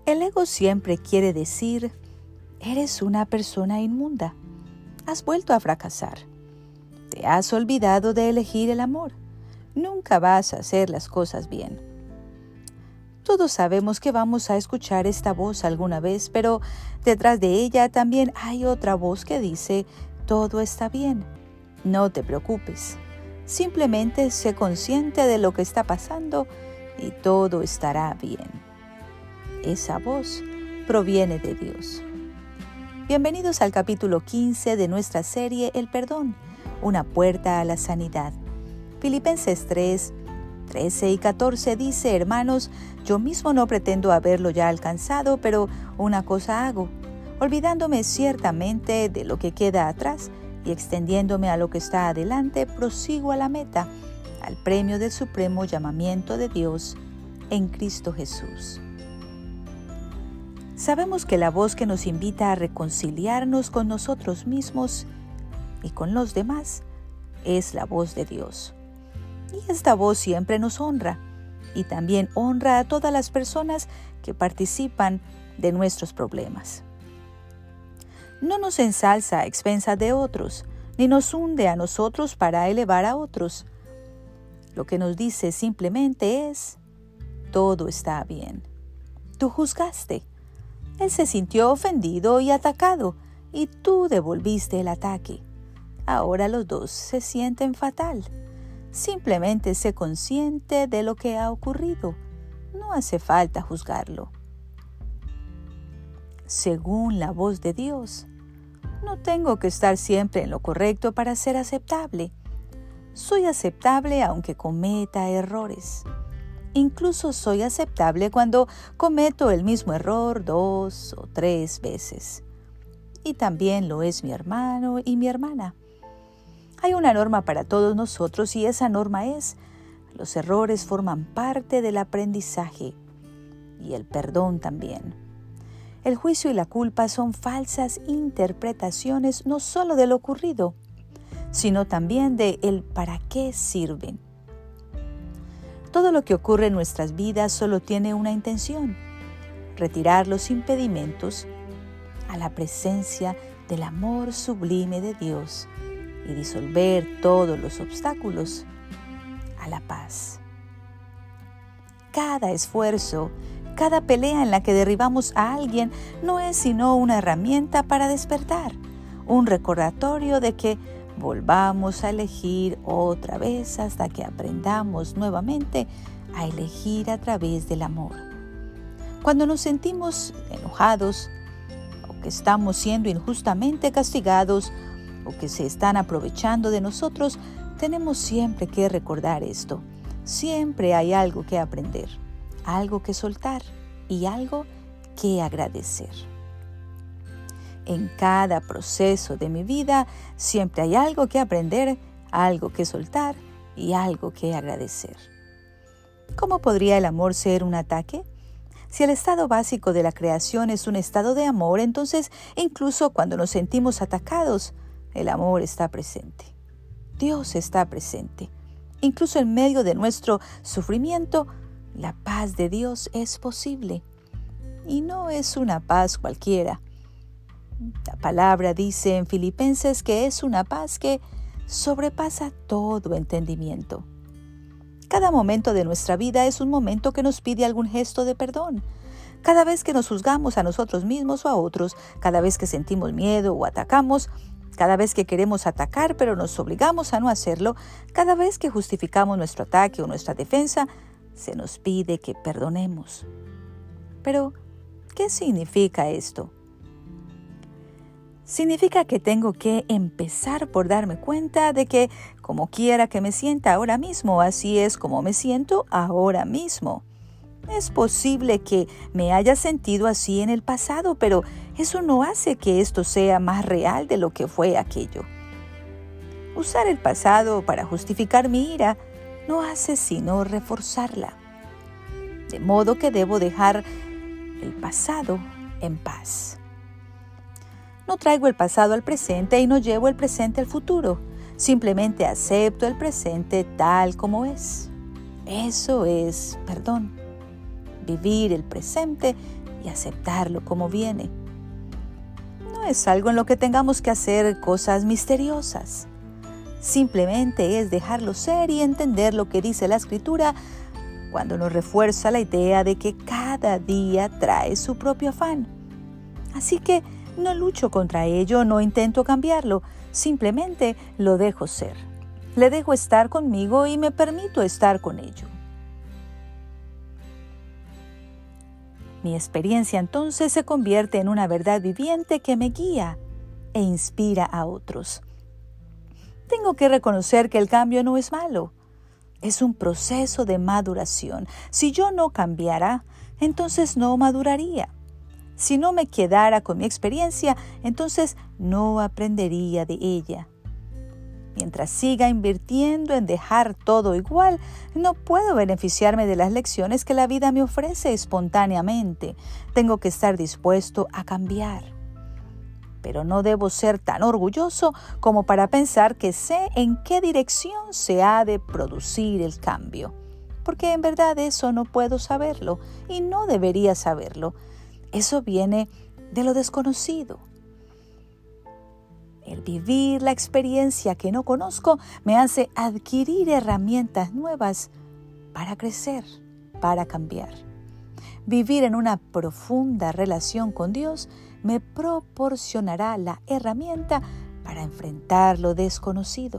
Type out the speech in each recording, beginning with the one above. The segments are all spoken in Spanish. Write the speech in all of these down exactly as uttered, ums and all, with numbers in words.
El ego siempre quiere decir, eres una persona inmunda, has vuelto a fracasar, te has olvidado de elegir el amor, nunca vas a hacer las cosas bien. Todos sabemos que vamos a escuchar esta voz alguna vez, pero detrás de ella también hay otra voz que dice, todo está bien, no te preocupes, simplemente sé consciente de lo que está pasando y todo estará bien. Esa voz proviene de Dios. Bienvenidos al capítulo quince de nuestra serie El Perdón, una puerta a la sanidad. Filipenses tres, trece y catorce dice, hermanos, yo mismo no pretendo haberlo ya alcanzado, pero una cosa hago, olvidándome ciertamente de lo que queda atrás y extendiéndome a lo que está adelante, prosigo a la meta, al premio del supremo llamamiento de Dios en Cristo Jesús. Sabemos que la voz que nos invita a reconciliarnos con nosotros mismos y con los demás es la voz de Dios. Y esta voz siempre nos honra y también honra a todas las personas que participan de nuestros problemas. No nos ensalza a expensas de otros, ni nos hunde a nosotros para elevar a otros. Lo que nos dice simplemente es, todo está bien. Tú juzgaste. Él se sintió ofendido y atacado, y tú devolviste el ataque. Ahora los dos se sienten fatal. Simplemente sé consciente de lo que ha ocurrido. No hace falta juzgarlo. Según la voz de Dios, no tengo que estar siempre en lo correcto para ser aceptable. Soy aceptable aunque cometa errores. Incluso soy aceptable cuando cometo el mismo error dos o tres veces. Y también lo es mi hermano y mi hermana. Hay una norma para todos nosotros y esa norma es, los errores forman parte del aprendizaje y el perdón también. El juicio y la culpa son falsas interpretaciones no solo de lo ocurrido, sino también de el para qué sirven. Todo lo que ocurre en nuestras vidas solo tiene una intención, retirar los impedimentos a la presencia del amor sublime de Dios y disolver todos los obstáculos a la paz. Cada esfuerzo, cada pelea en la que derribamos a alguien no es sino una herramienta para despertar, un recordatorio de que volvamos a elegir otra vez hasta que aprendamos nuevamente a elegir a través del amor. Cuando nos sentimos enojados o que estamos siendo injustamente castigados o que se están aprovechando de nosotros, tenemos siempre que recordar esto. Siempre hay algo que aprender, algo que soltar y algo que agradecer. En cada proceso de mi vida siempre hay algo que aprender, algo que soltar y algo que agradecer. ¿Cómo podría el amor ser un ataque? Si el estado básico de la creación es un estado de amor, entonces incluso cuando nos sentimos atacados, el amor está presente. Dios está presente. Incluso en medio de nuestro sufrimiento, la paz de Dios es posible. Y no es una paz cualquiera. La palabra dice en Filipenses que es una paz que sobrepasa todo entendimiento. Cada momento de nuestra vida es un momento que nos pide algún gesto de perdón. Cada vez que nos juzgamos a nosotros mismos o a otros, cada vez que sentimos miedo o atacamos, cada vez que queremos atacar pero nos obligamos a no hacerlo, cada vez que justificamos nuestro ataque o nuestra defensa, se nos pide que perdonemos. Pero, ¿qué significa esto? Significa que tengo que empezar por darme cuenta de que, como quiera que me sienta ahora mismo, así es como me siento ahora mismo. Es posible que me haya sentido así en el pasado, pero eso no hace que esto sea más real de lo que fue aquello. Usar el pasado para justificar mi ira no hace sino reforzarla. De modo que debo dejar el pasado en paz. No traigo el pasado al presente y no llevo el presente al futuro. Simplemente acepto el presente tal como es. Eso es perdón. Vivir el presente y aceptarlo como viene. No es algo en lo que tengamos que hacer cosas misteriosas. Simplemente es dejarlo ser y entender lo que dice la Escritura cuando nos refuerza la idea de que cada día trae su propio afán. Así que no lucho contra ello, no intento cambiarlo, simplemente lo dejo ser. Le dejo estar conmigo y me permito estar con ello. Mi experiencia entonces se convierte en una verdad viviente que me guía e inspira a otros. Tengo que reconocer que el cambio no es malo. Es un proceso de maduración. Si yo no cambiara, entonces no maduraría. Si no me quedara con mi experiencia, entonces no aprendería de ella. Mientras siga invirtiendo en dejar todo igual, no puedo beneficiarme de las lecciones que la vida me ofrece espontáneamente. Tengo que estar dispuesto a cambiar. Pero no debo ser tan orgulloso como para pensar que sé en qué dirección se ha de producir el cambio. Porque en verdad eso no puedo saberlo y no debería saberlo. Eso viene de lo desconocido. El vivir la experiencia que no conozco me hace adquirir herramientas nuevas para crecer, para cambiar. Vivir en una profunda relación con Dios me proporcionará la herramienta para enfrentar lo desconocido.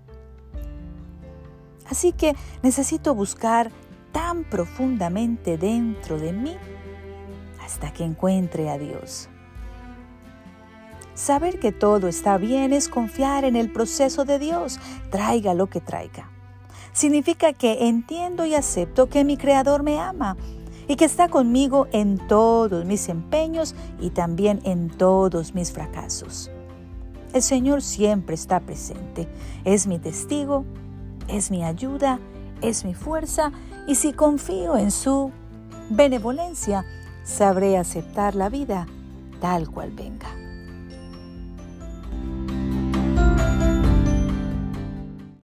Así que necesito buscar tan profundamente dentro de mí hasta que encuentre a Dios. Saber que todo está bien es confiar en el proceso de Dios, traiga lo que traiga. Significa que entiendo y acepto que mi Creador me ama y que está conmigo en todos mis empeños y también en todos mis fracasos. El Señor siempre está presente, es mi testigo, es mi ayuda, es mi fuerza, y si confío en su benevolencia, sabré aceptar la vida tal cual venga.